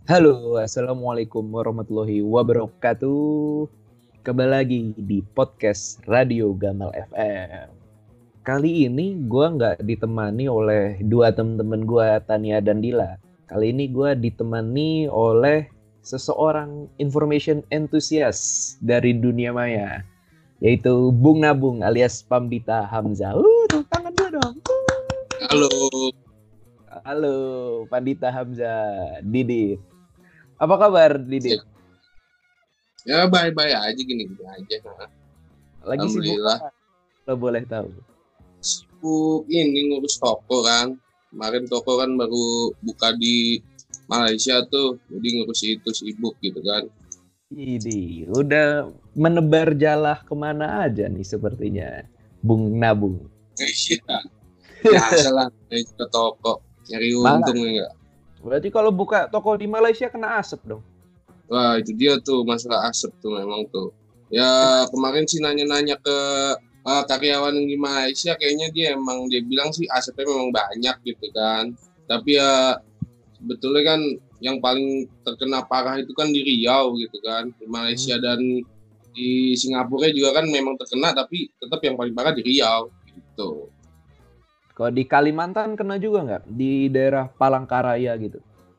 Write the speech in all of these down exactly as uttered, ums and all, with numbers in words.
Halo, assalamualaikum warahmatullahi wabarakatuh. Kembali lagi di podcast Radio Gamal F M. Kali ini gue nggak ditemani oleh dua teman-teman gue, Tania dan Dila. Kali ini gue ditemani oleh seseorang information enthusiast dari dunia maya, yaitu Bung Nabung alias Pambita Hamzah. Uh, tepuk tangan dulu dong. Halo. Halo, Pandita Hamzah, Didit. Apa kabar, Didit? Ya bye-bye aja gini-gini aja. Lagi sibuk Alhamdulillah. apa? Lo boleh tahu. Sibuk ini ngurus toko kan. Kemarin toko kan baru buka di Malaysia tuh. Jadi ngurus itu sibuk gitu kan. Ini udah menebar jalah kemana aja nih sepertinya, Bung Nabung. Iya. Biasa lah ke toko. Nyari untung ya enggak. Berarti kalau buka toko di Malaysia kena asap dong. Wah itu dia tuh masalah asap tuh memang tuh. Ya kemarin sih nanya-nanya ke uh, karyawan yang di Malaysia, kayaknya dia emang dia bilang sih asapnya memang banyak gitu kan. Tapi ya sebetulnya kan yang paling terkena parah itu kan di Riau gitu kan. Di Malaysia hmm. dan di Singapura juga kan memang terkena, tapi tetap yang paling parah di Riau gitu. Kalau di Kalimantan kena juga nggak? Di daerah Palangkaraya gitu?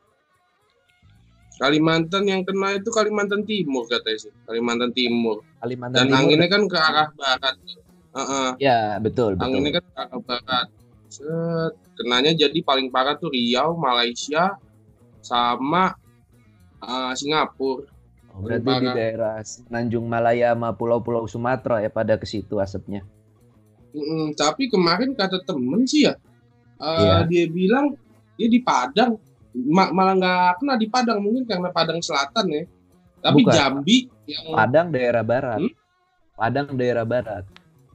Kalimantan yang kena itu Kalimantan Timur katanya sih. Kalimantan Timur. Kalimantan dan Timur anginnya kan ke arah barat. Uh-uh. Ya betul betul. Anginnya kan ke arah barat. Set. Kenanya jadi paling parah tuh Riau, Malaysia, sama uh, Singapura. Oh, berarti di daerah Semenanjung Malaya sama pulau-pulau Sumatera ya pada ke situ asapnya. Mm, tapi kemarin kata temen sih ya, uh, yeah. dia bilang dia di Padang, Ma- malah nggak kena di Padang, mungkin karena Padang Selatan ya. Tapi Bukan. Jambi yang Padang daerah barat. Hmm? Padang daerah barat.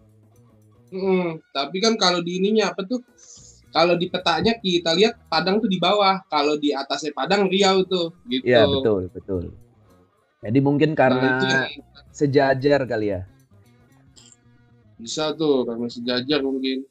Mm, tapi kan kalau di ininya apa tuh? Kalau di petanya kita lihat Padang tuh di bawah, kalau di atasnya Padang Riau tuh, gitu. Iya betul betul. Jadi mungkin karena nah, yang... sejajar kali ya. Bisa tuh karena sejajar mungkin.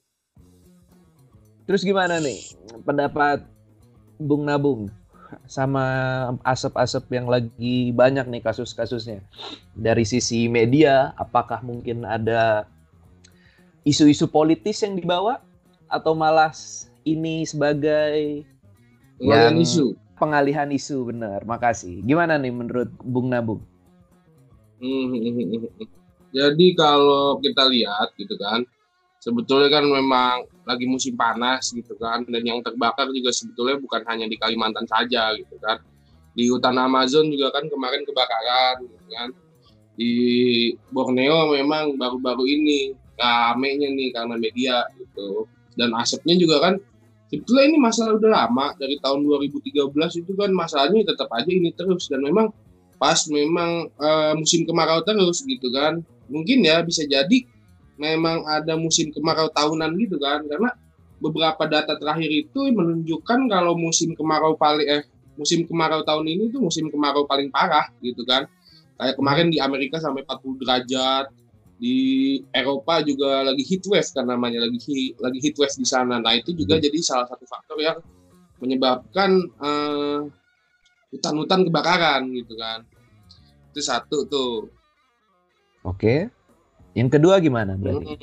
Terus gimana nih pendapat Bung Nabung sama asap-asap yang lagi banyak nih kasus-kasusnya dari sisi media? Apakah mungkin ada isu-isu politis yang dibawa atau malah ini sebagai pengalihan yang isu? Pengalihan isu, benar. Makasih. Gimana nih menurut Bung Nabung? Hmm. Jadi kalau kita lihat gitu kan, sebetulnya kan memang lagi musim panas gitu kan, dan yang terbakar juga sebetulnya bukan hanya di Kalimantan saja gitu kan. Di hutan Amazon juga kan kemarin kebakaran gitu kan. Di Borneo memang baru-baru ini ramenya nih karena media gitu. Dan asapnya juga kan sebetulnya ini masalah udah lama, dari tahun dua ribu tiga belas itu kan masalahnya tetap aja ini terus, dan memang pas memang uh, musim kemarau terus gitu kan. Mungkin ya bisa jadi memang ada musim kemarau tahunan gitu kan, karena beberapa data terakhir itu menunjukkan kalau musim kemarau paling eh musim kemarau tahun ini tuh musim kemarau paling parah gitu kan. Kayak kemarin di Amerika sampai empat puluh derajat, di Eropa juga lagi heat wave kan namanya, lagi lagi heat wave di sana. Nah itu juga hmm. jadi salah satu faktor yang menyebabkan uh, hutan-hutan kebakaran gitu kan. Itu satu tuh. Oke. Yang kedua gimana berarti?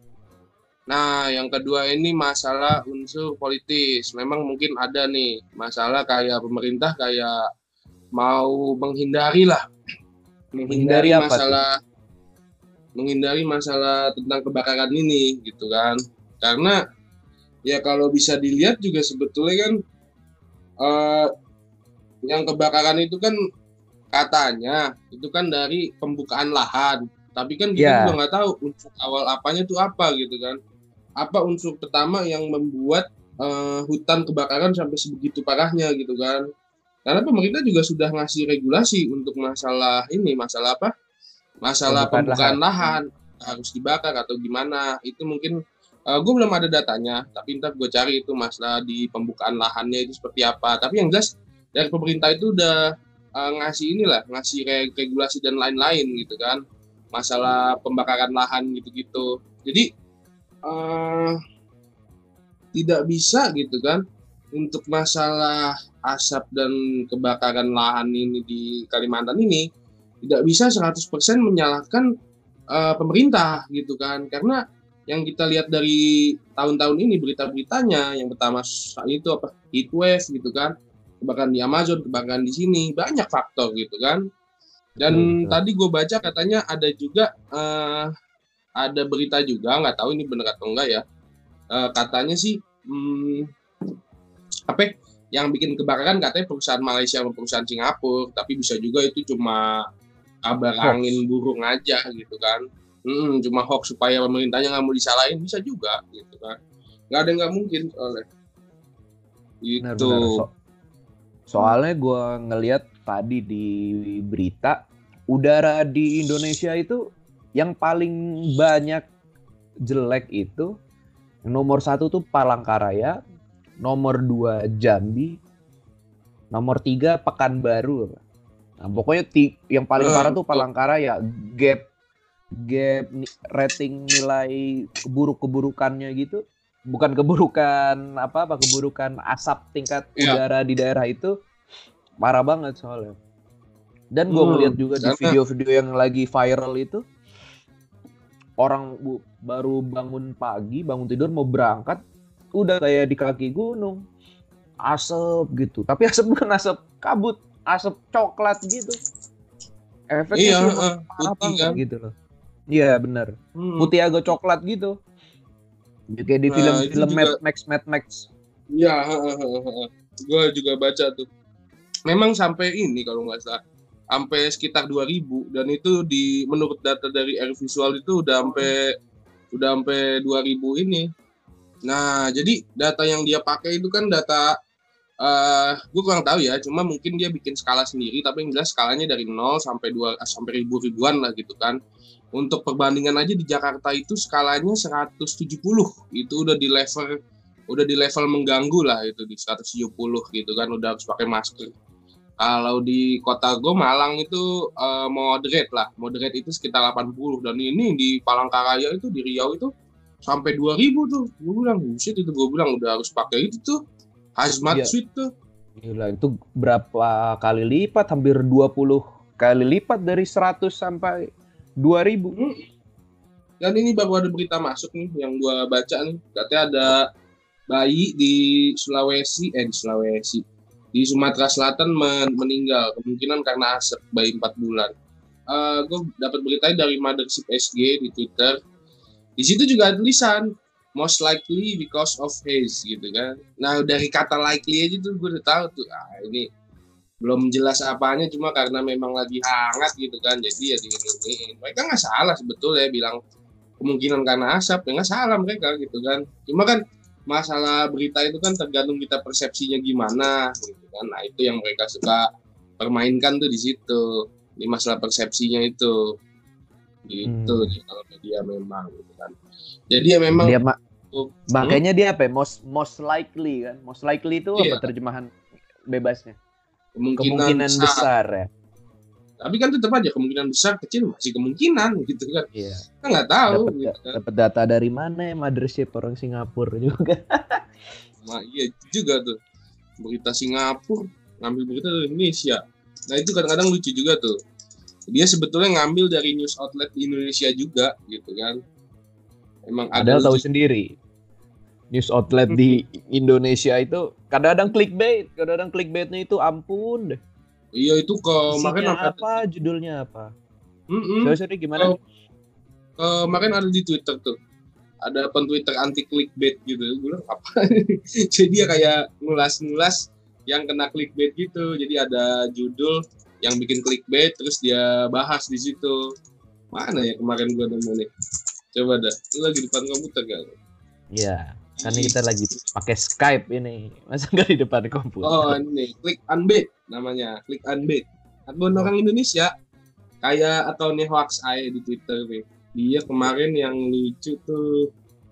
Nah, yang kedua ini masalah unsur politis. Memang mungkin ada nih masalah kayak pemerintah kayak mau menghindari lah. Menghindari, menghindari masalah tuh? menghindari masalah tentang kebakaran ini gitu kan. Karena ya kalau bisa dilihat juga sebetulnya kan uh, yang kebakaran itu kan katanya itu kan dari pembukaan lahan. Tapi kan kita yeah. juga nggak tahu unsur awal apanya tuh apa gitu kan. Apa unsur pertama yang membuat uh, hutan kebakaran sampai sebegitu parahnya gitu kan. Karena pemerintah juga sudah ngasih regulasi untuk masalah ini, masalah apa? Masalah pembukaan, pembukaan lahan. lahan harus dibakar atau gimana. Itu mungkin uh, gue belum ada datanya, tapi ntar gue cari itu masalah di pembukaan lahannya itu seperti apa. Tapi yang jelas dari pemerintah itu udah uh, ngasih inilah, ngasih regulasi dan lain-lain gitu kan. Masalah pembakaran lahan gitu-gitu. Jadi uh, tidak bisa gitu kan untuk masalah asap dan kebakaran lahan ini di Kalimantan ini tidak bisa seratus persen menyalahkan uh, pemerintah gitu kan, karena yang kita lihat dari tahun-tahun ini berita-beritanya, yang pertama itu apa, heat wave gitu kan, kebakaran di Amazon, kebakaran di sini, banyak faktor gitu kan. Dan hmm. tadi gue baca katanya ada juga uh, ada berita juga, nggak tahu ini benar atau enggak ya, uh, katanya sih hmm, apa yang bikin kebakaran katanya perusahaan Malaysia sama perusahaan Singapura, tapi bisa juga itu cuma kabar angin burung aja gitu kan. Hmm, cuma hoax supaya pemerintahnya nggak mau disalahin, bisa juga gitu kan, nggak ada nggak mungkin soalnya itu. So, soalnya gue ngelihat tadi di berita udara di Indonesia itu yang paling banyak jelek itu nomor satu tuh Palangkaraya, nomor dua Jambi, nomor tiga Pekanbaru. Nah, pokoknya ti- yang paling parah tuh Palangkaraya, gap gap rating nilai keburuk-keburukannya gitu, bukan keburukan apa apa keburukan asap tingkat yeah. udara di daerah itu parah banget soalnya. Dan gue hmm, ngeliat juga di video-video yang lagi viral itu, orang bu, baru bangun pagi, bangun tidur mau berangkat udah kayak di kaki gunung asap gitu, tapi asap bukan asap kabut, asap coklat gitu. Efeknya iya, sih uh, parah putih banget kan? Gitu loh. Iya benar. Hmm. Putih agak coklat gitu. Kayak di Nah, film-film juga... Mad Max, Mad Max. Iya, gue juga baca tuh. Memang sampai ini kalau nggak salah, sampai sekitar dua ribu, dan itu di menurut data dari Air Visual itu udah sampai udah sampai dua ribu ini. Nah, jadi data yang dia pakai itu kan data uh, gue kurang tahu ya, cuma mungkin dia bikin skala sendiri, tapi yang jelas skalanya dari nol sampai dua sampai ribu-ribuan lah gitu kan. Untuk perbandingan aja di Jakarta itu skalanya seratus tujuh puluh, itu udah di level udah di level mengganggu lah, itu di seratus tujuh puluh gitu kan, udah harus pakai masker. Kalau di kota gue Malang itu uh, moderate lah, moderate itu sekitar delapan puluh, dan ini di Palangkaraya itu di Riau itu sampai dua ribu tuh. Gue bilang buset, itu gue bilang udah harus pakai itu tuh hazmat Iya. suit tuh. Gila, itu berapa kali lipat, hampir dua puluh kali lipat dari seratus sampai dua ribu. Hmm. Dan ini baru ada berita masuk nih yang gua baca nih, katanya ada bayi di Sulawesi, eh di Sulawesi, di Sumatera Selatan men- meninggal, kemungkinan karena asap, bayi empat bulan. Uh, gue dapat beritanya dari Mothership S G di Twitter. Di situ juga ada tulisan most likely because of haze gitu kan. Nah dari kata likely aja tuh gue udah tahu tuh, ah ini belum jelas apanya, cuma karena memang lagi hangat gitu kan, jadi ya digini-giniin. Mereka nggak salah sebetulnya bilang kemungkinan karena asap, ya nggak salah mereka gitu kan. Cuma kan masalah berita itu kan tergantung kita persepsinya gimana gitu kan. Nah itu yang mereka suka permainkan tuh di situ, di masalah persepsinya itu gitu. Hmm. Kalau media memang gitu kan, jadi ya memang dia ma- uh, makanya hmm? dia apa ya? most most likely kan, most likely itu iya. Apa terjemahan bebasnya? Kemungkinan, kemungkinan besar. besar ya. Tapi kan tetap aja kemungkinan besar, kecil masih kemungkinan gitu kan. Iya. Kita nggak tahu. Dapat gitu kan. Dapat data dari mana ya, Mothership orang Singapura juga. Nah iya juga tuh, berita Singapura ngambil berita dari Indonesia. Nah itu kadang-kadang lucu juga tuh. Dia sebetulnya ngambil dari news outlet di Indonesia juga gitu kan. Emang ada tahu sendiri. News outlet di Indonesia itu kadang-kadang clickbait, kadang-kadang clickbaitnya itu ampun deh. Iya itu kemarin apa ada... judulnya apa? Sorry-sorry gimana? Kemarin ada di Twitter tuh, ada akun Twitter anti clickbait gitu. Gue bilang apa? Jadi dia kayak ngulas-ngulas yang kena clickbait gitu. Jadi ada judul yang bikin clickbait, terus dia bahas di situ. Mana ya kemarin gue nemu nih? Coba dah, lu lagi depan komputer gak? Iya. Karena kita lagi pakai Skype ini, masa nggak di depan komputer? Oh ini, Click Unbait namanya, Click Unbait. Akun oh. orang Indonesia, kayak atau nih hoax I di Twitter nih. Dia kemarin yang lucu tuh.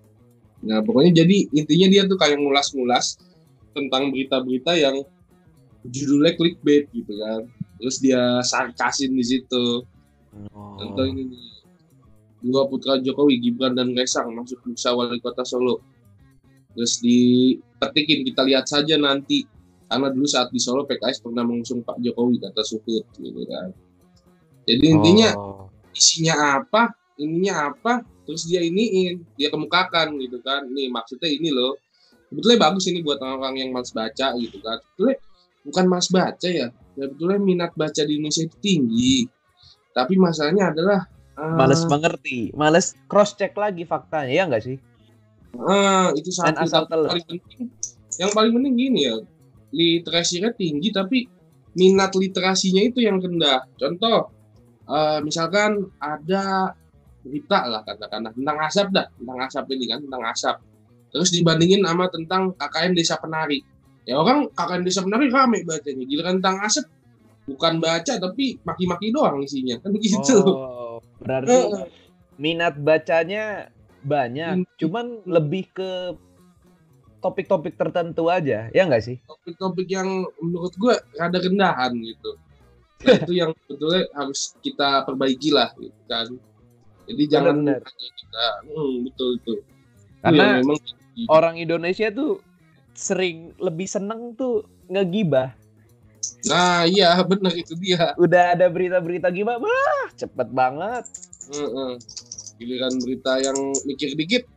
Nah pokoknya jadi intinya dia tuh kayak ngulas-ngulas tentang berita-berita yang judulnya clickbait gitu kan. Terus dia sarkasin di situ. Oh. Contoh ini nih, dua putra Jokowi, Gibran dan Kaisang masuk bursa wali kota Solo. Terus dipetikin, kita lihat saja nanti. Karena dulu saat di Solo P K S pernah mengusung Pak Jokowi, kata Suhut gitu kan. Jadi intinya Oh. isinya apa, ininya apa, terus dia iniin, dia kemukakan gitu kan. Nih maksudnya ini loh. Sebetulnya bagus ini buat orang-orang yang malas baca gitu kan. Sebetulnya bukan malas baca ya. Sebetulnya minat baca di Indonesia itu tinggi. Tapi masalahnya adalah uh, males mengerti, males cross check lagi faktanya, ya nggak sih? uh, itu Dan satu. asal Tapi telan. paling penting, yang paling penting gini ya, literasinya tinggi tapi minat literasinya itu yang rendah. Contoh, uh, misalkan ada berita lah katakanlah tentang asap dah, tentang asap ini kan, tentang asap. Terus dibandingin sama tentang K K N Desa Penari. Ya orang K K N Desa Penari rame bacanya. Giliran tentang asap bukan baca tapi maki-maki doang isinya kan gitu. Oh, berarti minat bacanya banyak, cuman lebih ke topik-topik tertentu aja, ya nggak sih? Topik-topik yang menurut gue rada rendahan gitu. Nah itu yang sebetulnya harus kita perbaiki lah gitu kan. Jadi jangan Benar. hanya kita, hmm, betul itu. Karena ya, memang orang Indonesia tuh sering lebih seneng tuh ngegibah. Nah iya benar itu dia. Udah ada berita-berita gibah, wah cepet banget. Uh-uh. Giliran berita yang mikir dikit,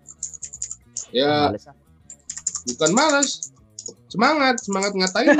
ya Males, ah. bukan malas, semangat, semangat ngatain.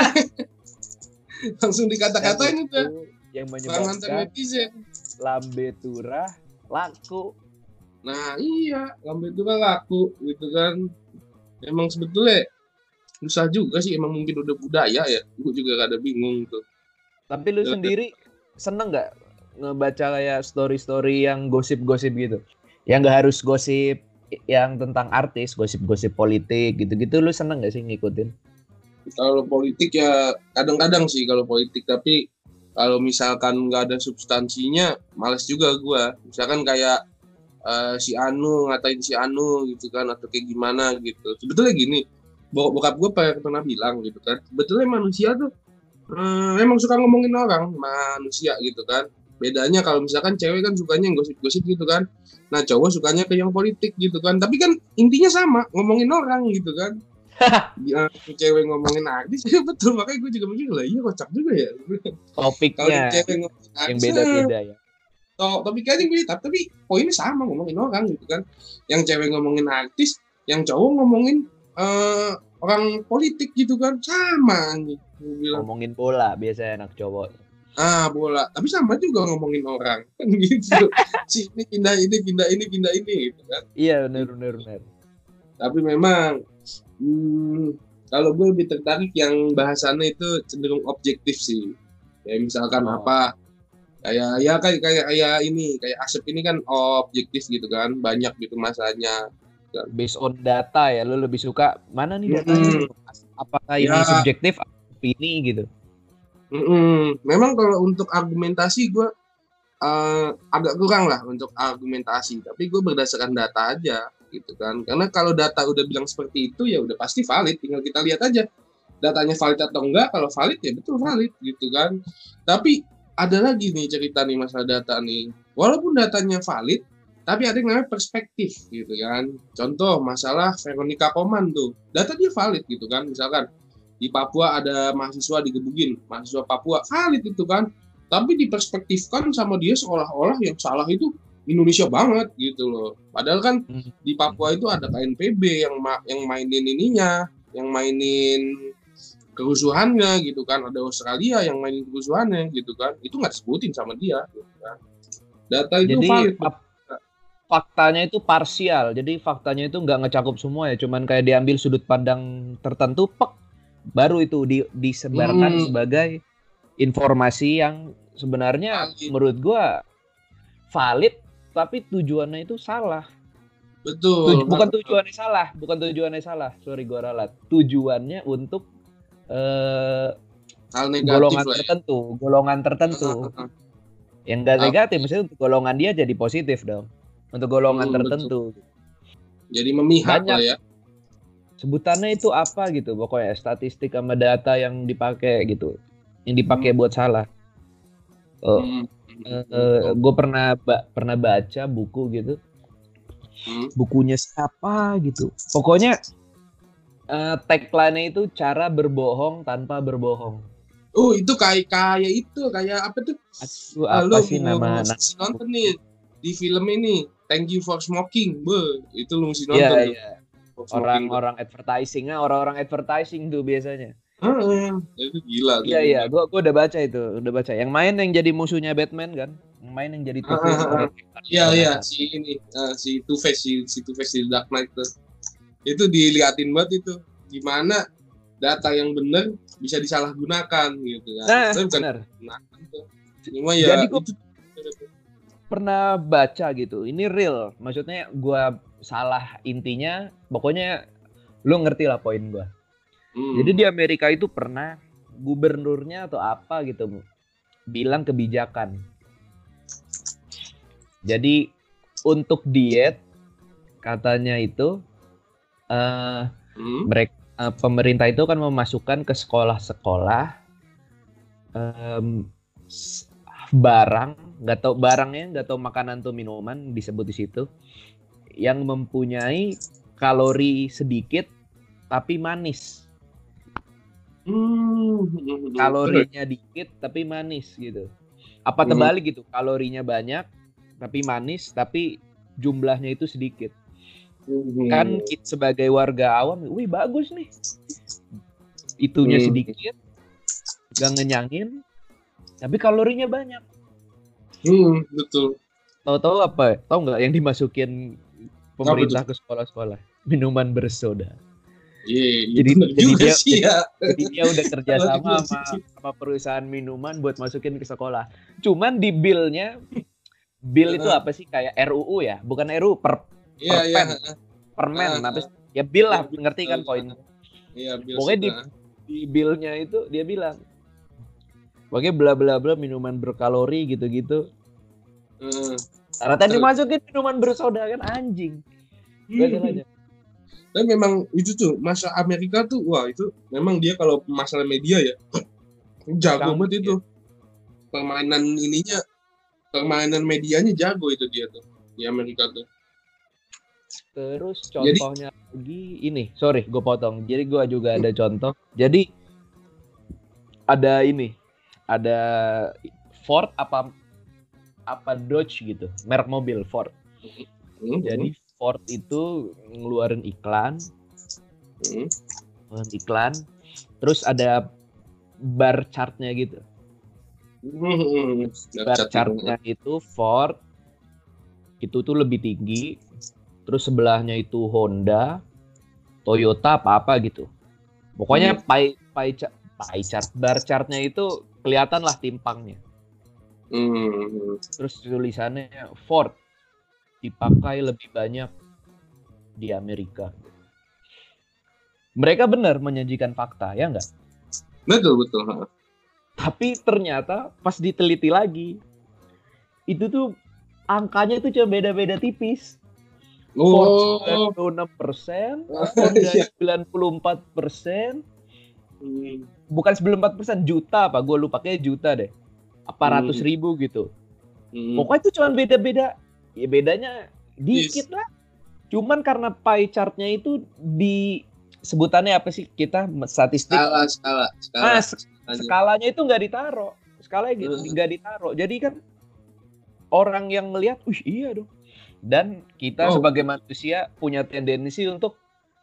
Langsung dikata-katain udah. Yang menyebabkan netizen. Lambe turah laku. Nah iya, lambe turah laku gitu kan. Emang sebetulnya susah juga sih, emang mungkin udah budaya ya. Gue juga rada bingung tuh. Tapi lu sendiri seneng nggak ngebaca kayak story-story yang gosip-gosip gitu? Yang nggak harus gosip yang tentang artis, gosip-gosip politik gitu-gitu, lu seneng nggak sih ngikutin? Kalau politik ya kadang-kadang sih kalau politik, tapi kalau misalkan nggak ada substansinya, males juga gue. Misalkan kayak uh, si Anu ngatain si Anu gitu kan, atau kayak gimana gitu. Sebetulnya gini, bokap gue pernah bilang gitu kan, sebetulnya manusia tuh Hmm, emang suka ngomongin orang, manusia gitu kan. Bedanya kalau misalkan cewek kan sukanya yang gosip-gosip gitu kan. Nah cowok sukanya ke yang politik gitu kan. Tapi kan intinya sama, ngomongin orang gitu kan. Ya, cewek ngomongin artis, ya betul. Makanya gue juga mikir lah, iya kocak juga ya. Topiknya cewek ngomongin artis, yang beda-beda ya. Oh, topiknya yang beda, tapi poinnya sama, ngomongin orang gitu kan. Yang cewek ngomongin artis, yang cowok ngomongin uh, orang politik gitu kan, sama nih. Ngomongin bola biasanya anak cowok. Ah bola, tapi sama juga ngomongin orang kan gitu. Si ini pindah ini pindah ini pindah ini gitu kan. Iya benar benar benar. Tapi memang hmm, kalau gue lebih tertarik yang bahasannya itu cenderung objektif sih. Kayak misalkan oh. apa kayak ya kayak kayak kayak ini kayak Asep ini kan objektif gitu kan, banyak gitu masanya. Based on data ya, lu lebih suka mana nih datanya? Hmm. Apakah ini ya. subjektif? Ini gitu. Mm-mm. Memang kalau untuk argumentasi gue uh, agak kurang lah untuk argumentasi, tapi gue berdasarkan data aja gitu kan. Karena kalau data udah bilang seperti itu ya udah pasti valid, tinggal kita lihat aja datanya valid atau enggak. Kalau valid ya betul valid gitu kan. Tapi ada lagi nih cerita nih masalah data nih. Walaupun datanya valid, tapi ada yang namanya perspektif gitu kan. Contoh masalah Veronica Koman tuh, data dia valid gitu kan. Misalkan di Papua ada mahasiswa digebukin, mahasiswa Papua valid itu kan, tapi diperspektifkan sama dia seolah-olah yang salah itu Indonesia banget gitu loh. Padahal kan di Papua itu ada K N P B yang ma- yang mainin ininya, yang mainin kerusuhannya gitu kan, ada Australia yang mainin kerusuhannya gitu kan, itu nggak disebutin sama dia. Gitu kan. Data itu jadi, valid. Faktanya itu parsial, jadi faktanya itu nggak ngecakup semua ya, cuman kayak diambil sudut pandang tertentu, pek. Baru itu di, disebarkan hmm. sebagai informasi yang sebenarnya valid. Menurut gua valid, tapi tujuannya itu salah. Betul. Tuj- bukan tujuannya salah, bukan tujuannya salah. Sorry gua ralat. Tujuannya untuk uh, hal negatif golongan lah, tertentu, ya? golongan tertentu. Uh-huh. Yang nggak negatif, maksudnya untuk golongan dia jadi positif dong. Untuk golongan hmm, tertentu. Betul. Jadi memihak lah ya. Sebutannya itu apa gitu, pokoknya statistik sama data yang dipakai gitu, yang dipakai hmm. buat salah. Oh, hmm. uh, uh, gue pernah ba- pernah baca buku gitu, hmm. bukunya siapa gitu. Pokoknya Uh, tagline-nya itu cara berbohong tanpa berbohong. Oh, itu kayak kayak itu kayak apa tuh? Itu apa lu, sih lu, nama? Lu mesti nonton nih di film ini. Thank you for smoking, be. Itu lu mesti Iya, nonton tuh. iya. Orang-orang advertising, orang-orang advertising tuh biasanya. Uh, itu gila tuh. Iya, iya. Gua gua udah baca itu, udah baca. Yang main yang jadi musuhnya Batman kan? Yang main yang jadi Two-Face. Uh, iya, iya, si ini, uh, si Two-Face, si, si Two-Face di Dark Knight tuh. Itu diliatin banget itu. Gimana data yang benar bisa disalahgunakan gitu kan. Nah, saya bukan benar. Tuh. Cuma ya jadi gua itu pernah baca gitu. Ini real. Maksudnya gua salah intinya, pokoknya lu ngerti lah poin gua. Hmm. Jadi di Amerika itu pernah gubernurnya atau apa gitu bilang kebijakan. Jadi untuk diet katanya itu uh, hmm. mereka uh, pemerintah itu kan memasukkan ke sekolah-sekolah um, barang, nggak tahu barangnya, nggak tahu makanan atau minuman disebut di situ yang mempunyai kalori sedikit tapi manis. Hmm. Kalorinya dikit tapi manis gitu. Apa terbalik gitu, kalorinya banyak tapi manis tapi jumlahnya itu sedikit. Hmm. Kan kita sebagai warga awam, wih bagus nih. Itunya hmm. sedikit, gak ngenyangin, tapi kalorinya banyak. Hmm, betul. Tahu-tahu apa? Tahu nggak yang dimasukin pemerintah ke sekolah-sekolah? Minuman bersoda. Iya, jadi, jadi dia, sih, ya. jadi dia udah kerja sama sama, sama perusahaan minuman buat masukin ke sekolah. Cuman di bill-nya, bill itu apa sih kayak R U U ya? Bukan R U U, per, yeah, permen, yeah. permen, uh, apa sih? Ya bill lah, yeah, ngerti kan uh, poin? Iya, bill. Pokoknya di, di bill-nya itu dia bilang, pokoknya bla bla bla minuman berkalori gitu-gitu. Uh, Ternyata dimasukin minuman bersoda kan anjing. Gak Dan memang itu tuh masa Amerika tuh wah itu memang dia kalau masalah media ya jago banget itu. Permainan ininya permainan medianya jago itu dia tuh di Amerika tuh. Terus contohnya Jadi, lagi ini, sorry gue potong. Jadi gue juga ada contoh. Jadi ada ini, ada Ford apa apa Dodge gitu, merek mobil Ford. Mm-hmm. Jadi Ford itu ngeluarin iklan, hmm. iklan, terus ada bar chartnya gitu. Hmm. Bar chartnya itu Ford, itu tuh lebih tinggi, terus sebelahnya itu Honda, Toyota apa-apa gitu. Pokoknya hmm. pie, pie, pie chart, bar chartnya itu kelihatan lah timpangnya. Hmm. Terus tulisannya Ford dipakai lebih banyak di Amerika. Mereka benar menyajikan fakta, ya nggak? Betul, betul. Tapi ternyata pas diteliti lagi, itu tuh angkanya itu cuma beda-beda tipis. Oh. Ford sembilan puluh enam persen, Honda sembilan puluh empat persen. Bukan sembilan puluh empat persen, juta apa? Gue lupa, kayak juta deh. Apa ratus ribu gitu. Hmm. Pokoknya itu cuma beda-beda. Ya bedanya dikit yes. lah. Cuman karena pie chart-nya itu di sebutannya apa sih kita statistik? Skala, skala, skala. Nah, skalanya itu nggak ditaruh. Skalanya gitu nggak hmm. ditaruh. Jadi kan orang yang ngelihat, wih iya dong. Dan kita oh. sebagai manusia punya tendensi untuk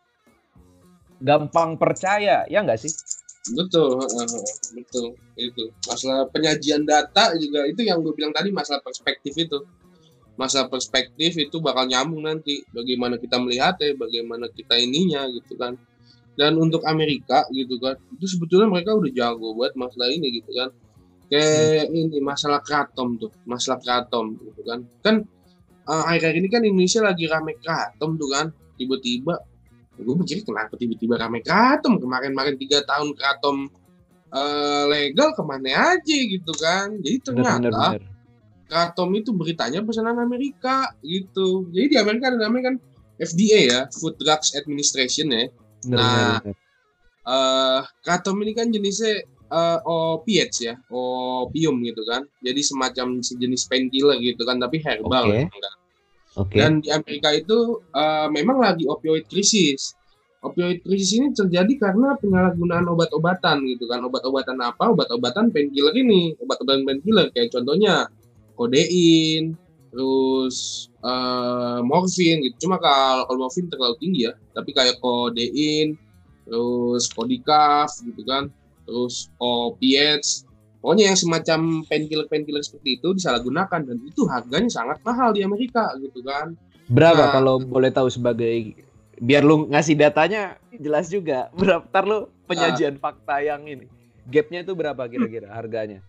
gampang percaya, ya nggak sih? Betul, betul. Itu masalah penyajian data juga itu yang gue bilang tadi, masalah perspektif itu. Masa perspektif itu bakal nyambung nanti bagaimana kita melihat ya, bagaimana kita ininya gitu kan. Dan untuk Amerika gitu kan, itu sebetulnya mereka udah jago buat masalah ini gitu kan. Kayak hmm. ini masalah kratom tuh, masalah kratom gitu kan. Kan uh, akhir-akhir ini kan Indonesia lagi rame kratom tuh kan. Tiba-tiba gue mikir kenapa tiba-tiba rame kratom, kemarin-kemarin tiga tahun kratom uh, legal kemana aja gitu kan. Jadi ternyata bener, bener, bener. Kratom itu beritanya pesanan Amerika gitu. Jadi di Amerika ada namanya kan F D A ya, Food Drugs Administration ya. Bener, nah, bener. Uh, kratom ini kan jenisnya uh, opiates ya, opium gitu kan. Jadi semacam sejenis painkiller gitu kan, tapi herbal. Okay. Kan? Okay. Dan di Amerika itu uh, memang lagi opioid krisis. opioid krisis ini terjadi karena penyalahgunaan obat-obatan gitu kan. Obat-obatan apa? Obat-obatan painkiller ini, obat-obatan painkiller kayak contohnya kodein, terus uh, morfin gitu. Cuma kalau, kalau morfin terlalu tinggi ya. Tapi kayak kodein, terus kodikaf gitu kan, terus opiates. Pokoknya yang semacam painkiller-painkiller seperti itu disalahgunakan dan itu harganya sangat mahal di Amerika gitu kan. Berapa nah, kalau boleh tahu sebagai biar lu ngasih datanya jelas juga. Berapa tar lu penyajian nah, fakta yang ini. Gapnya itu berapa kira-kira harganya?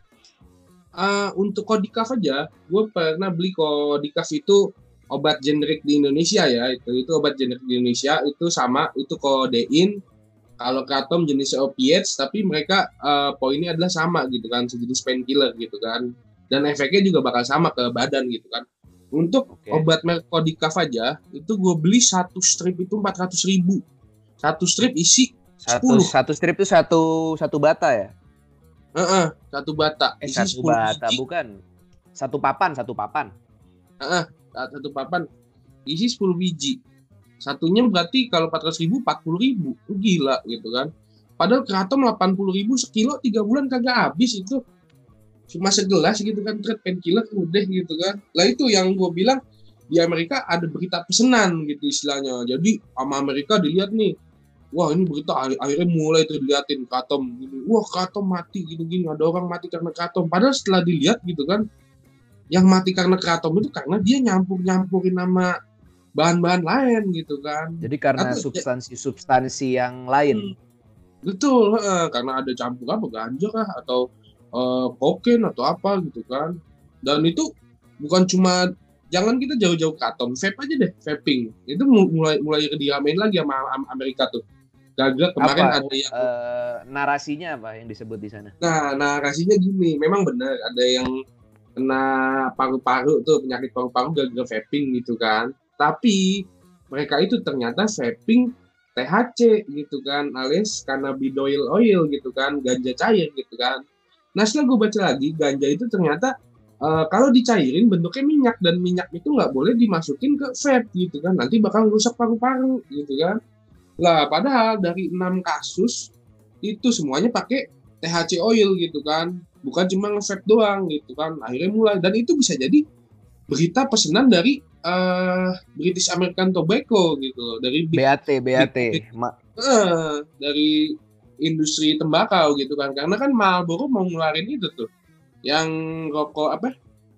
Uh, untuk kodikaf aja, gue pernah beli kodikaf itu obat generik di Indonesia ya. Itu itu obat generik di Indonesia itu sama itu kodein. Kalau kratom jenisnya opiates, tapi mereka uh, poinnya adalah sama gitu kan, sejenis painkiller gitu kan, dan efeknya juga bakal sama ke badan gitu kan. Untuk okay. obat merek Kodikaf aja, itu gue beli satu strip itu empat ratus ribu. Satu strip isi sepuluh. Satu, satu strip itu satu satu bata ya? Uh-uh, satu bata. Eh, isi satu bata biji. Bukan? Satu papan, satu papan. Uh-uh, satu papan isi sepuluh biji. Satunya berarti kalau empat ratus ribu, empat puluh ribu. Gila gitu kan. Padahal kratom delapan puluh ribu sekilo, tiga bulan kagak habis itu. Cuma segelas gitu kan, trade painkiller udah gitu kan. Lah itu yang gue bilang, di Amerika ada berita pesanan gitu istilahnya. Jadi sama Amerika dilihat nih, wah ini berita akhirnya mulai tuh diliatin kratom. Gitu. Wah kratom mati gini-gini, ada orang mati karena kratom. Padahal setelah dilihat gitu kan, yang mati karena kratom itu karena dia nyampur-nyampurin nama bahan-bahan lain gitu kan. Jadi karena atau, substansi-substansi yang lain. Betul, eh, karena ada campur apa ganja kah atau eh, kokain atau apa gitu kan. Dan itu bukan cuma, jangan kita jauh-jauh kratom, vape aja deh, vaping. Itu mulai mulai diamain lagi sama Amerika tuh. Gagal kemarin apa? ada yang uh, narasinya apa yang disebut di sana? Nah, narasinya gini, memang benar ada yang kena paru-paru tuh, penyakit paru-paru gagal vaping gitu kan. Tapi mereka itu ternyata vaping T H C gitu kan, alias cannabidiol oil gitu kan, ganja cair gitu kan. Nah setelah gue baca lagi, ganja itu ternyata uh, kalau dicairin bentuknya minyak, dan minyak itu nggak boleh dimasukin ke vape gitu kan, nanti bakal rusak paru-paru gitu kan. Lah padahal dari enam kasus itu semuanya pakai T H C oil gitu kan, bukan cuma nge-vape doang gitu kan. Akhirnya mulai, dan itu bisa jadi berita pesanan dari Uh, British American Tobacco gitu, dari B A T B A T Ma- uh, dari industri tembakau gitu kan, karena kan Marlboro mau ngeluarin itu tuh yang rokok apa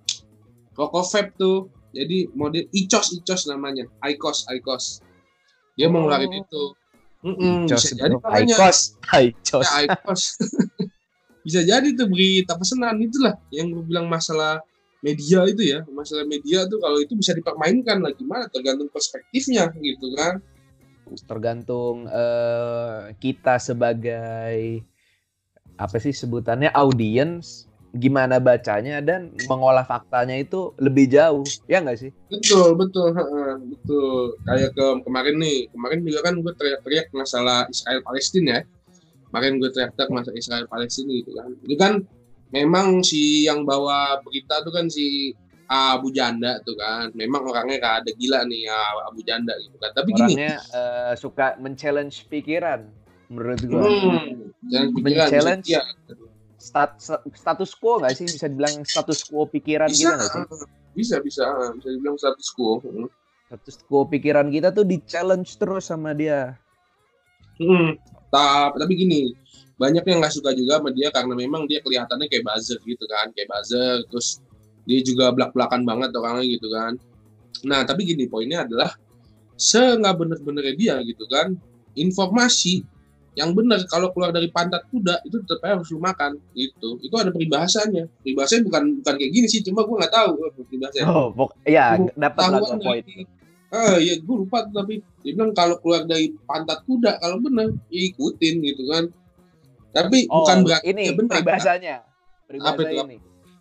rokok vape tuh, jadi model I C O S I C O S namanya, I C O S I C O S dia mau ngeluarin itu. Mm-mm, bisa jadi I C O S I C O S ya, I C O S bisa jadi tuh berita pesanan. Itulah yang gue bilang masalah media itu ya, masalah media tuh kalau itu bisa dipermainkan lah, gimana, tergantung perspektifnya gitu kan. Tergantung uh, kita sebagai apa sih sebutannya, audiens, gimana bacanya dan mengolah faktanya itu lebih jauh, ya nggak sih? Betul, betul, betul. Kayak ke kemarin nih, kemarin juga kan gue teriak-teriak masalah Israel Palestina ya. Kemarin gue teriak-teriak masalah Israel Palestina gitu kan. Itu kan memang si yang bawa berita tuh kan si Abu Janda tuh kan, memang orangnya rada gila nih ya, Abu Janda gitu kan. Tapi orangnya gini, uh, suka men-challenge pikiran menurut gua. Hmm, men-challenge ya. stat, status quo nggak sih, bisa dibilang status quo pikiran bisa, kita nggak sih? Bisa, bisa, bisa dibilang status quo. Status quo pikiran kita tuh di-challenge terus sama dia. Hmm, tapi, tapi gini, banyak yang nggak suka juga sama dia karena memang dia kelihatannya kayak buzzer gitu kan, kayak buzzer, terus dia juga belak-belakan banget orangnya gitu kan. Nah tapi gini, poinnya adalah se-nggak bener-benernya dia gitu kan, informasi yang benar kalau keluar dari pantat kuda itu tetap harus lu makan gitu. Itu ada peribahasanya. Peribahasanya bukan bukan kayak gini sih, cuma gue nggak tahu peribahasanya. Oh, pok- ya dapat lah poin. Ah ya gue lupa, tapi dia bilang kalau keluar dari pantat kuda kalau benar ya ikutin gitu kan. Tapi oh, bukan berarti ini ya benar. Peribahasanya. Peribahasa ini.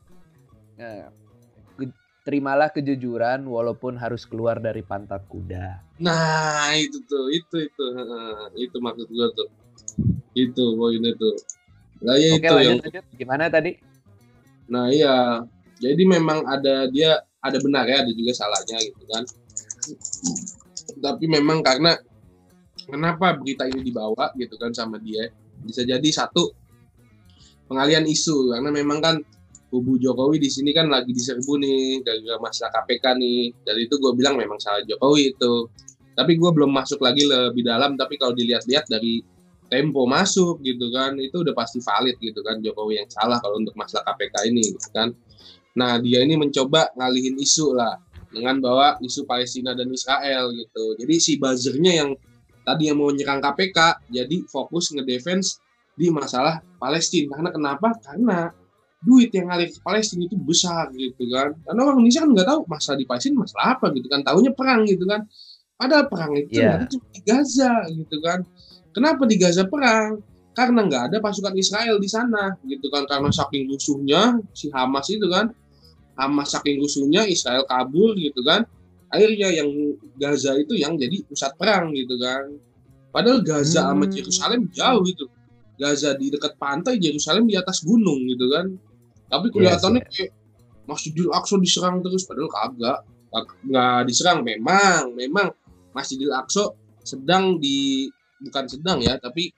Nah, terimalah kejujuran walaupun harus keluar dari pantat kuda. Nah, itu tuh, itu itu itu maksud gue tuh. Itu poinnya tuh. Nah, ya Oke, itu lanjut, yang lanjut. Gimana tadi? Nah, iya. Jadi memang ada dia ada benar ya, ada juga salahnya gitu kan. Tapi memang karena kenapa berita ini dibawa gitu kan sama dia. Bisa jadi satu, pengalian isu, karena memang kan kubu Jokowi di sini kan lagi diserbu nih gara-gara masalah K P K nih. Dan itu gue bilang memang salah Jokowi itu. Tapi gue belum masuk lagi lebih dalam, tapi kalau dilihat-lihat dari tempo masuk gitu kan, itu udah pasti valid gitu kan, Jokowi yang salah kalau untuk masalah K P K ini gitu kan. Nah, dia ini mencoba ngalihin isu lah dengan bawa isu Palestina dan Israel gitu. Jadi si buzzernya yang tadi yang mau nyerang K P K jadi fokus ngedefense di masalah Palestina. Karena kenapa? Karena duit yang ngalir ke Palestina itu besar gitu kan. Karena orang Indonesia kan nggak tahu masalah di Palestina masalah apa gitu kan. Taunya perang gitu kan. Padahal perang itu Yeah. ternyata cuma di Gaza gitu kan. Kenapa di Gaza perang? Karena nggak ada pasukan Israel di sana gitu kan. Karena saking rusuhnya si Hamas itu kan. Hamas saking rusuhnya Israel kabur gitu kan. Akhirnya yang Gaza itu yang jadi pusat perang gitu kan. Padahal Gaza Hmm. sama Yerusalem jauh itu. Gaza di dekat pantai, Yerusalem di atas gunung gitu kan. Tapi kelihatannya Yes, yes. kayak Masjidil Aqsa diserang terus, padahal kagak. Nggak diserang, memang. Memang Masjidil Aqsa sedang di, bukan sedang ya, tapi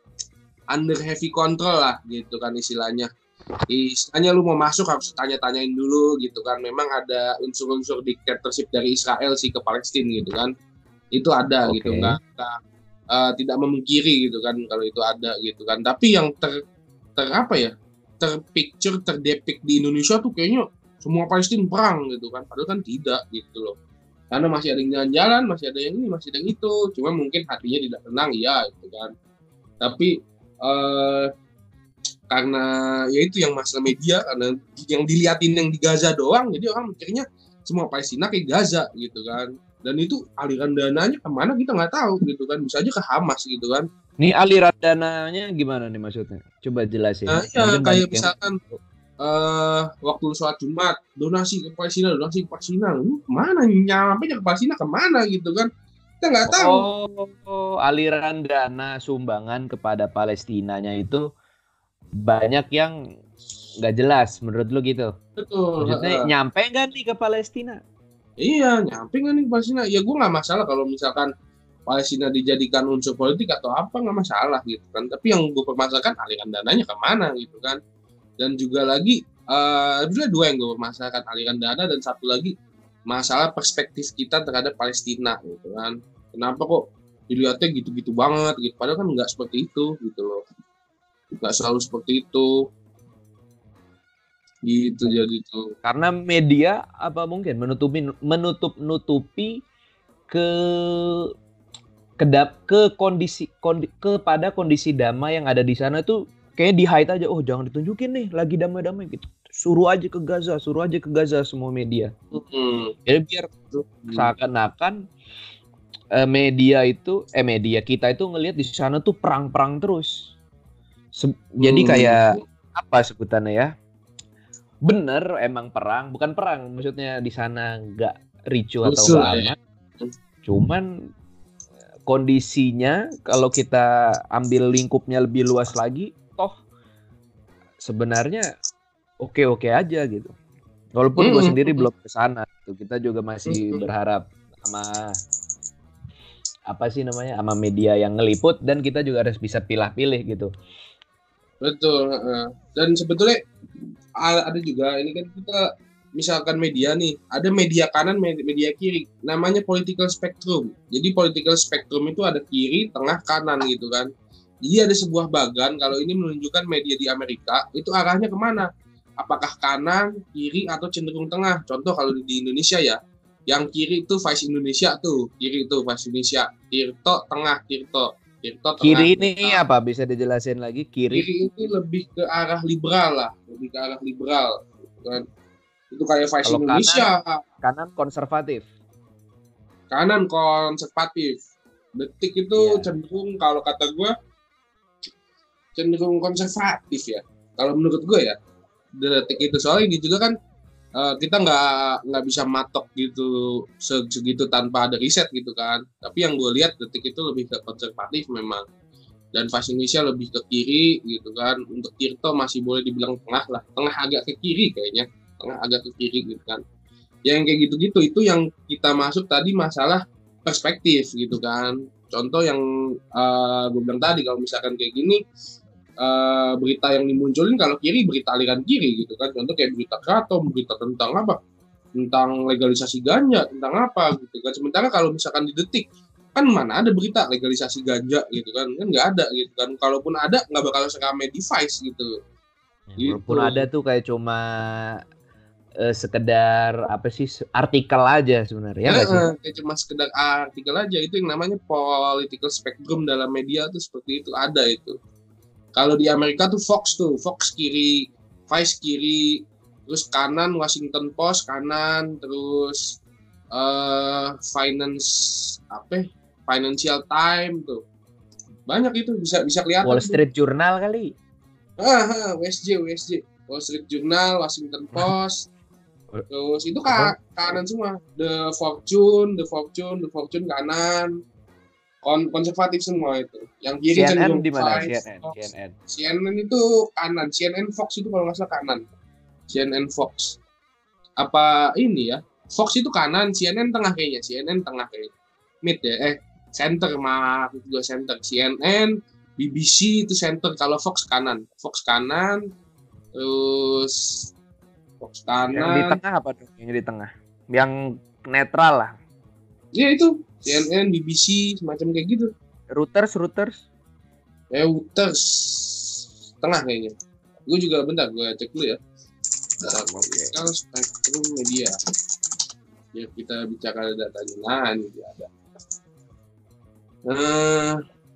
under heavy control lah gitu kan istilahnya. Istilahnya lu mau masuk harus tanya-tanyain dulu gitu kan. Memang ada unsur-unsur dictatorship dari Israel sih ke Palestina gitu kan. Itu ada Oke. gitu, nggak, nggak uh, tidak memungkiri gitu kan kalau itu ada gitu kan. Tapi yang ter, ter apa ya, terpicture, terdepik di Indonesia tuh kayaknya semua Palestina perang gitu kan. Padahal kan tidak gitu loh. Karena masih ada yang jalan-jalan, masih ada yang ini, masih ada yang itu. Cuma mungkin hatinya tidak tenang, ya gitu kan. Tapi uh, karena ya itu yang masalah media, karena yang diliatin yang di Gaza doang, jadi orang mikirnya semua Palestina kayak Gaza gitu kan. Dan itu aliran dananya kemana kita nggak tahu gitu kan, bisa aja ke Hamas gitu kan. Nih aliran dananya gimana nih maksudnya? Coba jelasin. Nah ya Mungkin kayak banyak yang- misalkan uh, waktu sholat Jumat donasi ke Palestina, donasi ke Palestina, lu kemana nyampe ke Palestina kemana gitu kan, kita nggak tahu. Oh, aliran dana sumbangan kepada Palestinanya itu banyak yang nggak jelas menurut lu gitu. Betul. Maksudnya uh, nyampe nggak nih ke Palestina? Iya, nyampe nggak nih ke Palestina? Ya gue nggak masalah kalau misalkan Palestina dijadikan unsur politik atau apa, nggak masalah gitu kan. Tapi yang gue permasalahkan aliran dananya kemana gitu kan. Dan juga lagi, uh, dua yang gue permasalahkan, aliran dana, dan satu lagi masalah perspektif kita terhadap Palestina gitu kan. Kenapa kok dilihatnya gitu-gitu banget gitu. Padahal kan nggak seperti itu gitu loh. Nggak selalu seperti itu. Gitu jadi tuh. Karena media apa mungkin menutupi menutup nutupi ke kedap ke kondisi kondi, kepada kondisi damai yang ada di sana tuh kayak di hide aja. Oh, jangan ditunjukin nih lagi damai-damai gitu. Suruh aja ke Gaza, suruh aja ke Gaza semua media. Hmm. Jadi biar seakan-akan eh, media itu eh media kita itu ngelihat di sana tuh perang-perang terus. Se- jadi kayak apa sebutannya ya? Bener emang perang, bukan perang maksudnya di sana nggak ricu atau Rusuh, nggak ya. aman. Cuman kondisinya kalau kita ambil lingkupnya lebih luas lagi, toh sebenarnya oke-oke aja gitu. Walaupun gue Mm-mm. sendiri belum ke sana, gitu. Kita juga masih Mm-mm. berharap sama apa sih namanya, sama media yang ngeliput, dan kita juga harus bisa pilah-pilih gitu. Betul. uh, Dan sebetulnya a- ada juga ini kan kita misalkan media nih, ada media kanan, med- media kiri, namanya political spectrum. Jadi political spectrum itu ada kiri, tengah, kanan gitu kan. Jadi ada sebuah bagan, kalau ini menunjukkan media di Amerika itu arahnya kemana? Apakah kanan, kiri, atau cenderung tengah? Contoh kalau di Indonesia ya, yang kiri itu Vice Indonesia tuh, kiri itu Vice Indonesia, Tirto tengah, Tirto, Tirto tengah. Kiri ini Tirto. apa? Bisa dijelasin lagi kiri? Kiri ini lebih ke arah liberal lah, lebih ke arah liberal, gitu kan. Itu kayak Vice Kalau Indonesia, Kanan konservatif. kanan konservatif. Detik itu Iya. cenderung kalau kata gue cenderung konservatif ya. Kalau menurut gue ya, Detik itu soalnya ini juga kan uh, kita nggak nggak bisa matok gitu segitu tanpa ada riset gitu kan. Tapi yang gue lihat Detik itu lebih ke konservatif memang. Dan Vice Indonesia lebih ke kiri gitu kan. Untuk Tirto masih boleh dibilang tengah lah, tengah agak ke kiri kayaknya, tengah agak ke kiri gitu kan. Yang kayak gitu-gitu itu yang kita masuk tadi masalah perspektif gitu kan. Contoh yang uh, gue bilang tadi, kalau misalkan kayak gini, uh, berita yang dimunculin kalau kiri berita aliran kiri gitu kan. Contoh kayak berita Kratom, berita tentang apa? Tentang legalisasi ganja, tentang apa gitu kan. Sementara kalau misalkan di Detik, kan mana ada berita legalisasi ganja gitu kan, kan nggak ada gitu kan. Kalaupun ada nggak bakal seramai Device gitu. Ya, walaupun gitu. Ada tuh kayak cuma uh, sekedar apa sih artikel aja sebenarnya ya, ya sih? Kayak cuma sekedar artikel aja, itu yang namanya political spectrum dalam media tuh seperti itu, ada itu. Kalau di Amerika tuh Fox tuh, Fox kiri, Vice kiri, terus kanan Washington Post kanan, terus uh, finance apa? Financial Times tuh. Banyak itu bisa bisa kelihatan. Wall Street tuh. Journal kali. Ah, W S J, W S J. Wall Street Journal, Washington Post. Terus itu ka kanan semua. The Fortune, The Fortune, The Fortune kanan. Kon konservatif semua itu. Yang kiri C N N di mana? C N N. C N N. C N N itu kanan. C N N Fox itu kalau nggak salah kanan. C N N Fox. Apa ini ya? Fox itu kanan, C N N tengah kayaknya. C N N tengah kayaknya. Mid ya. Eh, center maaf itu juga center. C N N, B B C itu center. Kalau Fox kanan. Fox kanan. Terus Fox kanan. Yang di tengah apa tuh? Yang di tengah. Yang netral lah. Iya itu. C N N, B B C, semacam kayak gitu. Reuters, Reuters. Eh, Reuters. Tengah kayaknya. Gue juga bentar, gue cek dulu ya. Nah, okay. Spektrum media. Ya kita bicara datanya. Nah, ini dia ada. Uh,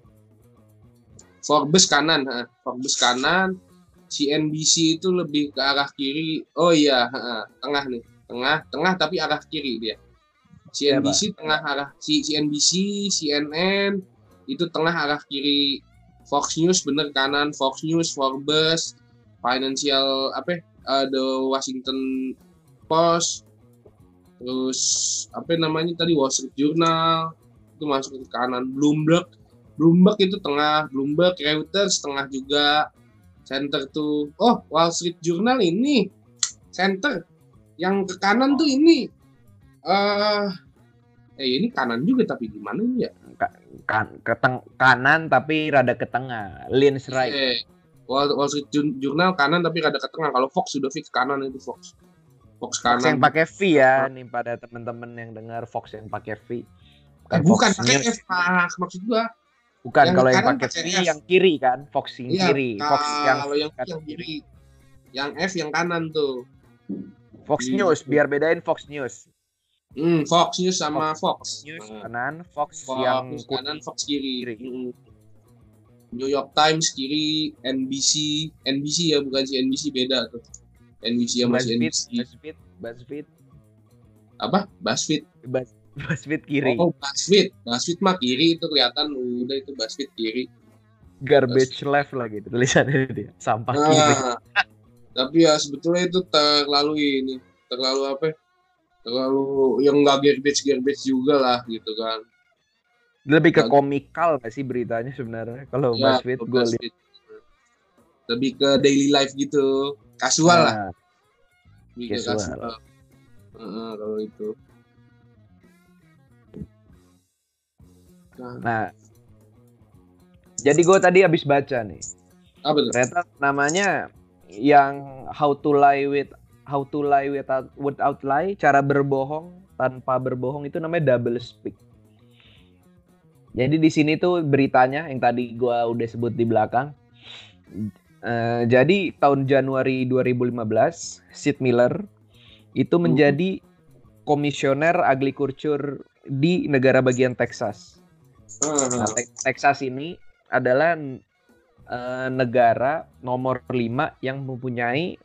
Forbes kanan, ha. Forbes kanan. C N B C itu lebih ke arah kiri. Oh iya, ha. Tengah nih. Tengah, tengah tapi arah kiri dia. C N B C ya, tengah arah C N B C, C N N itu tengah arah kiri. Fox News bener kanan, Fox News, Forbes, Financial apa? Uh, The Washington Post, terus apa namanya tadi Wall Street Journal itu masuk ke kanan. Bloomberg, Bloomberg itu tengah, Bloomberg, Reuters tengah juga. Center tuh, oh Wall Street Journal ini center, yang ke kanan tuh ini. Uh, eh ini kanan juga tapi gimana ya? Kan ke teng- kanan tapi rada ke tengah, leans right. Eh, Wall, Wall Street Journal kanan tapi rada ke tengah. Kalau Fox sudah fix kanan itu Fox. Fox kanan. Fox yang pakai V ya, nih pada teman-teman yang dengar Fox yang pakai V. Bukan, eh, bukan pakai F, Pak. Maksud gua. Bukan, yang kalau yang pakai V F. Yang kiri kan, Fox yang ya, kiri. Fox yang kalau yang, yang kiri. Yang F yang kanan tuh. Fox di, News, biar bedain Fox News. Hmm, Fox News sama Fox. Fox News kanan, Fox, Fox yang kanan, Fox kiri. kiri. Hmm. New York Times kiri, N B C, N B C ya bukan si N B C beda tuh. N B C sama si N B C. BuzzFeed, BuzzFeed. Apa? BuzzFeed. Buzz, BuzzFeed kiri. Oh, BuzzFeed. BuzzFeed mah kiri itu kelihatan udah itu BuzzFeed kiri. Garbage BuzzFeed. Left lah gitu tulisannya dia. Sampah nah, kiri. Tapi ya sebetulnya itu terlalu ini, terlalu apa? Terlalu yang nggak garbage garbage juga lah gitu kan. Lebih ke komikal nggak sih beritanya sebenarnya kalau ya, BuzzFeed gue lihat. Lebih ke daily life gitu, kasual nah, lah. Lebih kasual. Ke kasual. Uh, kalau itu. Nah, nah jadi gue tadi habis baca nih. Apa tuh? Ternyata namanya yang how to lie with how to lie without without lie, cara berbohong tanpa berbohong itu namanya double speak. Jadi di sini tuh beritanya yang tadi gua udah sebut di belakang. Uh, jadi tahun Januari dua ribu lima belas, Sid Miller itu menjadi komisioner agrikultur di negara bagian Texas. Nah, Te- Texas ini adalah uh, negara nomor lima yang mempunyai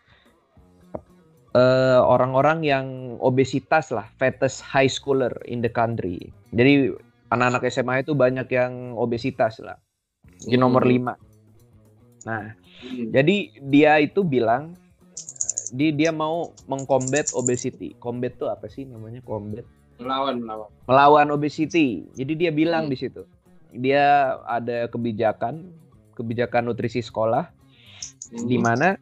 Uh, orang-orang yang obesitas lah, fattest high schooler in the country. Jadi anak-anak S M A itu banyak yang obesitas lah. Di nomor lima. Nah, hmm. jadi dia itu bilang dia dia mau mengcombat obesity. Combat tuh apa sih namanya? Combat. Melawan, melawan. Melawan obesity. Jadi dia bilang hmm. di situ. Dia ada kebijakan, kebijakan nutrisi sekolah hmm. di mana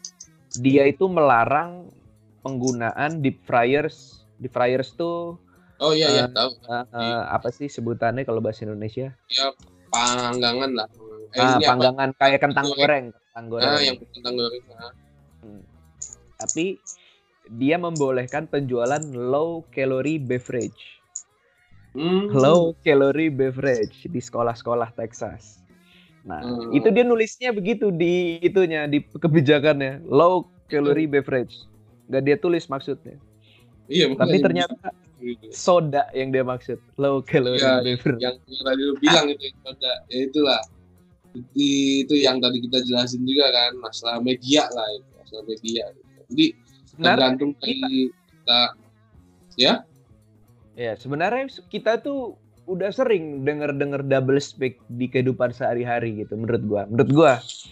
dia itu melarang penggunaan deep fryers. Deep fryers tuh Oh iya iya Uh, tahu. uh, uh, apa sih sebutannya kalau bahasa Indonesia? Ya panggangan lah. Eh Ah, ini apa? panggangan kayak kentang Goreng. goreng, kentang Ah goreng. yang kentang goreng. Ah. Hmm. Tapi dia membolehkan penjualan low calorie beverage. Hmm. Low calorie beverage di sekolah-sekolah Texas. Nah, hmm. itu dia nulisnya begitu di itunya, di kebijakannya, low calorie beverage. Gak dia tulis maksudnya. Iya, tapi ternyata gitu. Soda yang dia maksud, low calorie ya, beverage. Yang tadi lu bilang itu soda, ya itulah. Itu yang tadi kita jelasin juga kan, masalah media lah itu, masalah media. Jadi tergantung dari kita, ya. Ya, sebenarnya kita tuh udah sering dengar-dengar double speak di kehidupan sehari-hari gitu, menurut gua. Menurut gua,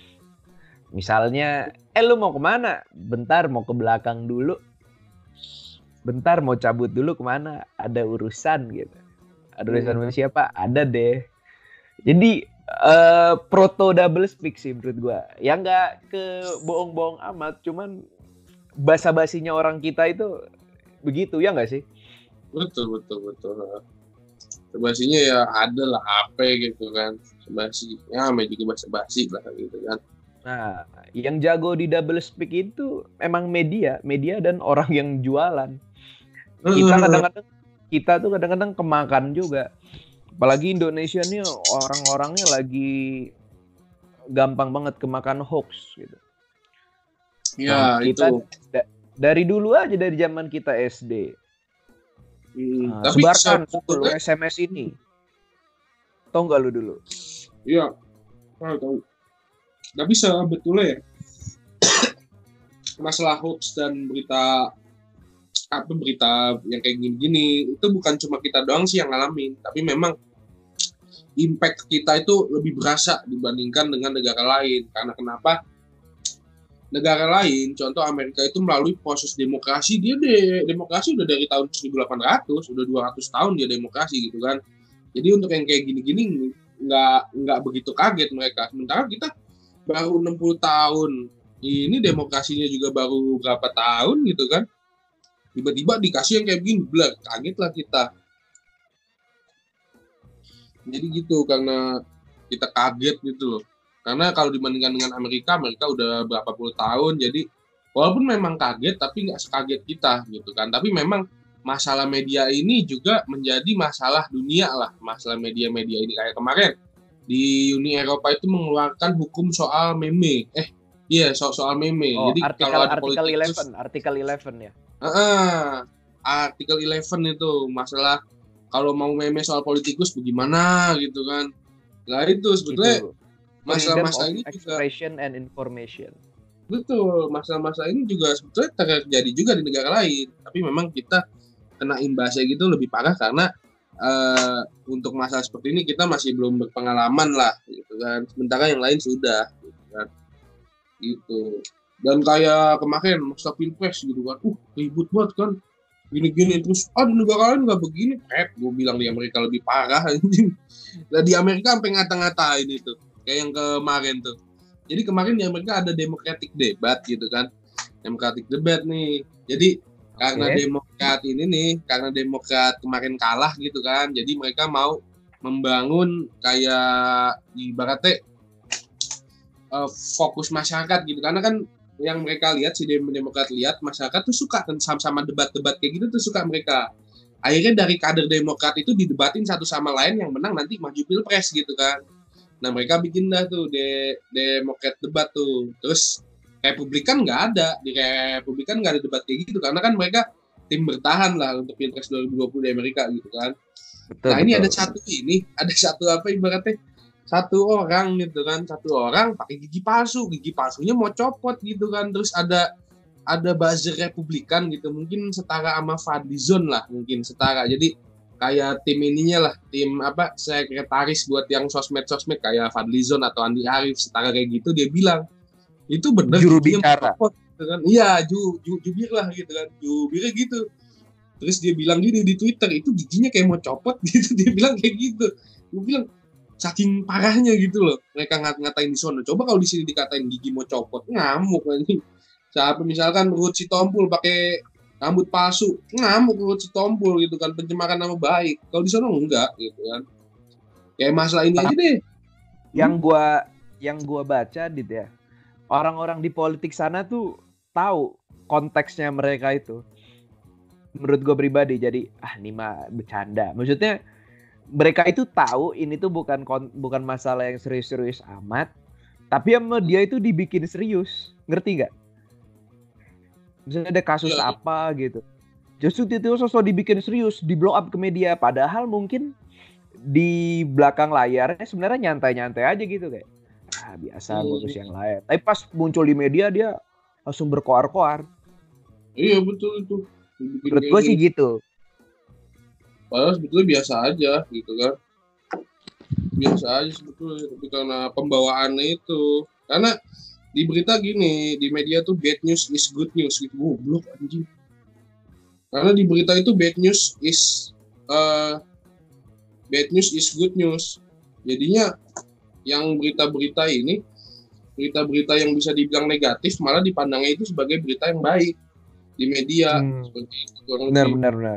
misalnya, eh lu mau kemana? Bentar mau ke belakang dulu. Bentar mau cabut dulu kemana? Ada urusan gitu. Ada urusan sama siapa? Ada deh. Jadi uh, proto double speak sih menurut gua. Yang nggak ke bohong-bohong amat, cuman basa-basinya orang kita itu begitu ya nggak sih? Betul betul betul. Basinya ya ada lah H P gitu kan. Basi, ya namanya juga basa-basi lah gitu kan. Nah, yang jago di double speak itu emang media, media dan orang yang jualan. Kita kadang-kadang kita tuh kadang-kadang kemakan juga. Apalagi Indonesia nih orang-orangnya lagi gampang banget kemakan hoax gitu. Ya, nah, kita itu da- dari dulu aja dari zaman kita S D. Hmm, nah, tapi sebarkan dulu S M S ini. Tahu nggak lu dulu? Iya, tahu tahu. Nggak bisa betulnya ya. Masalah hoax dan berita apa berita yang kayak gini-gini itu bukan cuma kita doang sih yang ngalamin, tapi memang impact kita itu lebih berasa dibandingkan dengan negara lain. Karena kenapa? Negara lain, contoh Amerika itu melalui proses demokrasi, dia de, demokrasi udah dari tahun seribu delapan ratus, udah dua ratus tahun dia demokrasi gitu kan. Jadi untuk yang kayak gini-gini nggak nggak begitu kaget mereka. Sementara kita baru enam puluh tahun, ini demokrasinya juga baru berapa tahun gitu kan. Tiba-tiba dikasih yang kayak begini, belar, kaget lah kita. Jadi gitu, karena kita kaget gitu loh. Karena kalau dibandingkan dengan Amerika, Amerika udah berapa puluh tahun, jadi walaupun memang kaget, tapi nggak sekaget kita gitu kan. Tapi memang masalah media ini juga menjadi masalah dunia lah, masalah media-media ini. Kayak kemarin, di Uni Eropa itu mengeluarkan hukum soal meme. Eh, iya, soal, soal meme. Oh, jadi artikel, kalau ada artikel politikus, eleven, artikel eleven ya? Uh, artikel eleven itu, masalah kalau mau meme soal politikus bagaimana gitu kan. Nah itu sebetulnya gitu. Masalah-masalah ini expression juga, and information. Betul, masalah-masalah ini juga sebetulnya terjadi juga di negara lain, tapi memang kita kena imbasnya gitu lebih parah karena uh, untuk masalah seperti ini kita masih belum berpengalaman lah, gitu kan. Sementara yang lain sudah, gitu kan. Gitu. Dan kayak kemarin masa pilpres gitu kan, uh ribut banget kan, gini-gini terus, ah di negara lain nggak begini, eh gue bilang di Amerika lebih parah anjing. Nah, di Amerika sampai ngata-ngatain itu. Kayak yang kemarin tuh. Jadi kemarin di Amerika ada Democratic debat gitu kan. Democratic debat nih. Jadi okay. karena Demokrat ini nih, karena Demokrat kemarin kalah gitu kan. Jadi mereka mau membangun kayak ibaratnya uh, fokus masyarakat gitu. Karena kan yang mereka lihat, si Demokrat lihat, masyarakat tuh suka kan sama-sama debat-debat kayak gitu tuh suka mereka. Akhirnya dari kader Demokrat itu didebatin satu sama lain, yang menang nanti maju pilpres gitu kan. Nah mereka bikin dah tuh de Demokrat debat tuh. Terus Republikan nggak ada, di Republikan nggak ada debat kayak gitu karena kan mereka tim bertahan lah untuk pilpres dua ribu dua puluh di Amerika gitu kan. Betul, nah ini betul. ada satu ini, ada satu apa ibaratnya satu orang gitu kan, satu orang pakai gigi palsu, gigi palsunya mau copot gitu kan. Terus ada ada buzzer Republikan gitu, mungkin setara sama Fadlizon lah, mungkin setara. Jadi kayak tim ininya lah, tim apa sekretaris buat yang sosmed-sosmed kayak Fadlizon atau Andi Arief, setara kayak gitu. Dia bilang itu benar juru bicara gitu kan. Iya, ju, ju, jubir lah gitu kan, jubirnya gitu. Terus dia bilang gini di Twitter, itu giginya kayak mau copot gitu. Dia bilang kayak gitu. Gue bilang saking parahnya gitu loh mereka ngat-ngatain di sono. Coba kalau di sini dikatain gigi mau copot, ngamuk anjing. Siapa misalkan Ruth Sitompul pakai rambut palsu, ngamuk lu Citompul gitu kan, pencemaran nama baik. Kalau di sana enggak gitu kan. Kayak masalah ini aja deh. Yang gua yang gua baca dit ya. Orang-orang di politik sana tuh tahu konteksnya mereka itu. Menurut gua pribadi, jadi ah ini mah bercanda. Maksudnya mereka itu tahu ini tuh bukan bukan masalah yang serius-serius amat, tapi sama dia itu dibikin serius. Ngerti nggak? Misalnya ada kasus ya. Apa gitu, justru itu sosok dibikin serius, di blow up ke media, padahal mungkin di belakang layarnya sebenarnya nyantai-nyantai aja gitu, kayak ah biasa ngurus yang lain, tapi pas muncul di media dia langsung berkoar-koar. Iya betul itu. Menurut gue sih gitu. Padahal sebetulnya biasa aja gitu kan, biasa aja sebetulnya, tapi karena pembawaannya itu, karena di berita gini, di media tuh bad news is good news gitu, goblok anjing. Karena di berita itu bad news is uh, bad news is good news. Jadinya yang berita-berita ini, berita-berita yang bisa dibilang negatif malah dipandangnya itu sebagai berita yang baik di media. Hmm. Seperti itu. Benar, benar, benar.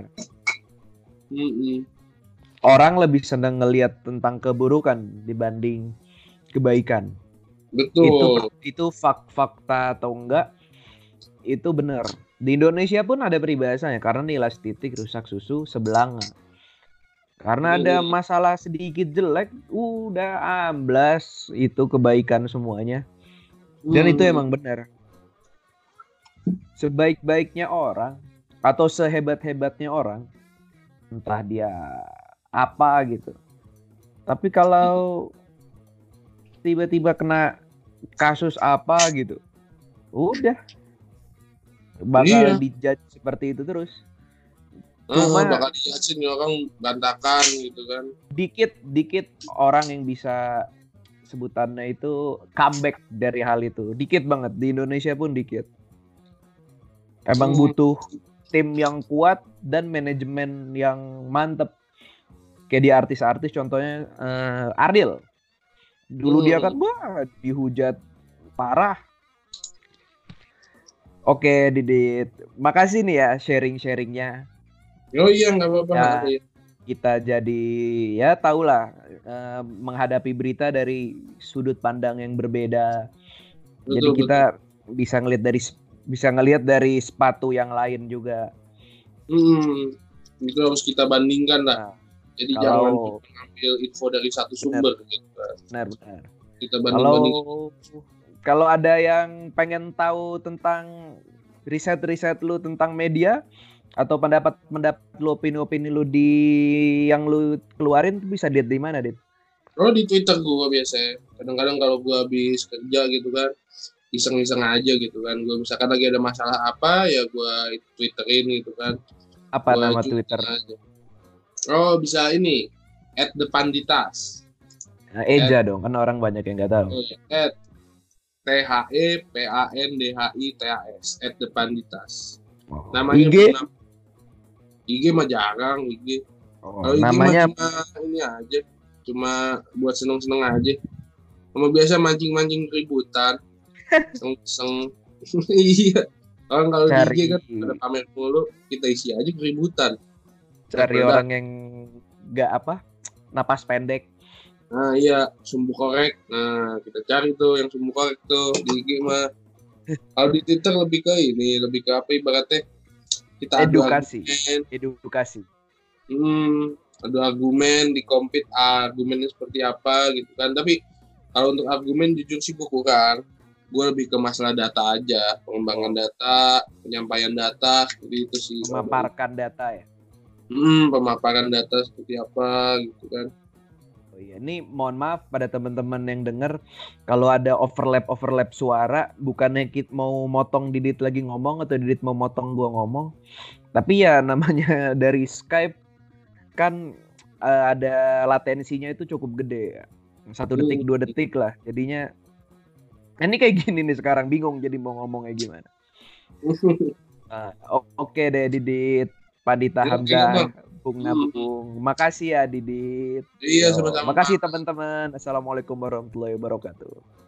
Mm-mm. Orang lebih senang ngelihat tentang keburukan dibanding kebaikan. Betul. Itu itu fak fakta atau enggak? Itu benar. Di Indonesia pun ada peribahasanya, karena nilas titik rusak susu sebelanga. Karena ada masalah sedikit jelek, udah amblas itu kebaikan semuanya. Dan hmm. itu emang benar. Sebaik-baiknya orang atau sehebat-hebatnya orang, entah dia apa gitu, tapi kalau tiba-tiba kena kasus apa gitu, udah bakal iya. dijudge seperti itu terus. Cuma oh, bakal dijudge orang bantakan gitu kan. Dikit-dikit orang yang bisa sebutannya itu comeback dari hal itu, dikit banget. Di Indonesia pun dikit. Emang hmm. butuh tim yang kuat dan manajemen yang mantep. Kayak di artis-artis contohnya uh, Ardil. Dulu hmm. dia kan wah dihujat parah. Oke Didit, makasih nih ya sharing-sharingnya. Oh iya nggak apa-apa. Ya, kita jadi ya tahulah uh, menghadapi berita dari sudut pandang yang berbeda. Betul, jadi kita betul. bisa ngelihat dari bisa ngelihat dari sepatu yang lain juga. Hmm, itu harus kita bandingkan lah. Nah, jadi kalau, jangan mengambil info dari satu sumber. Benar, gitu. benar. benar. Kita banding-banding. Kalau kalau ada yang pengen tahu tentang riset-riset lu tentang media atau pendapat-pendapat lu, opini-opini lu di yang lu keluarin tuh bisa lihat di mana, Dit? Oh, di Twitter gua biasanya. Kadang-kadang kalau gua habis kerja gitu kan, iseng-iseng aja gitu kan. Gua misalkan lagi ada masalah apa ya gua twitterin gitu kan. Apa gua nama Twitter? Aja. Oh, bisa ini at depanditas. Nah, Eja at, dong, kan orang banyak yang nggak tahu. At T H E P A N D H I T A S at depanditas. Oh, namanya I G? Nama, I G mah jarang I G. Oh, kalau namanya I G mah cuma ini aja, cuma buat seneng-seneng aja. Sama biasa mancing-mancing keributan. Seng-seng. Iya. Orang kalau di I G kan ada pamer mulu, kita isi aja keributan. Cari Daripada, orang yang nggak apa, napas pendek. Nah iya, sumbu korek. Nah kita cari tuh yang sumbu korek tuh di I G mah. Kalau di Twitter lebih ke ini, lebih ke apa ibaratnya kita edukasi, adu argumen. edukasi. Hmm, adu argumen, di compete argumennya seperti apa gitu kan. Tapi kalau untuk argumen jujur sih gue kurang. Gue lebih ke masalah data aja, pengembangan data, penyampaian data, seperti itu sih. Memaparkan data ya. Hmm, pemaparan data seperti apa gitu kan. Oh iya, ini mohon maaf pada teman-teman yang dengar kalau ada overlap-overlap suara, bukannya kita mau motong Didit lagi ngomong atau Didit mau motong gua ngomong. Tapi ya namanya dari Skype kan uh, ada latensinya itu cukup gede ya. Satu detik, dua detik lah. Jadinya ini kayak gini nih sekarang, bingung jadi mau ngomongnya gimana. uh, Oke okay deh Didit. Pandita Hamzah, Bung Nabung. Makasih ya Didit. Iya, sama-sama. Makasih teman-teman. Assalamualaikum warahmatullahi wabarakatuh.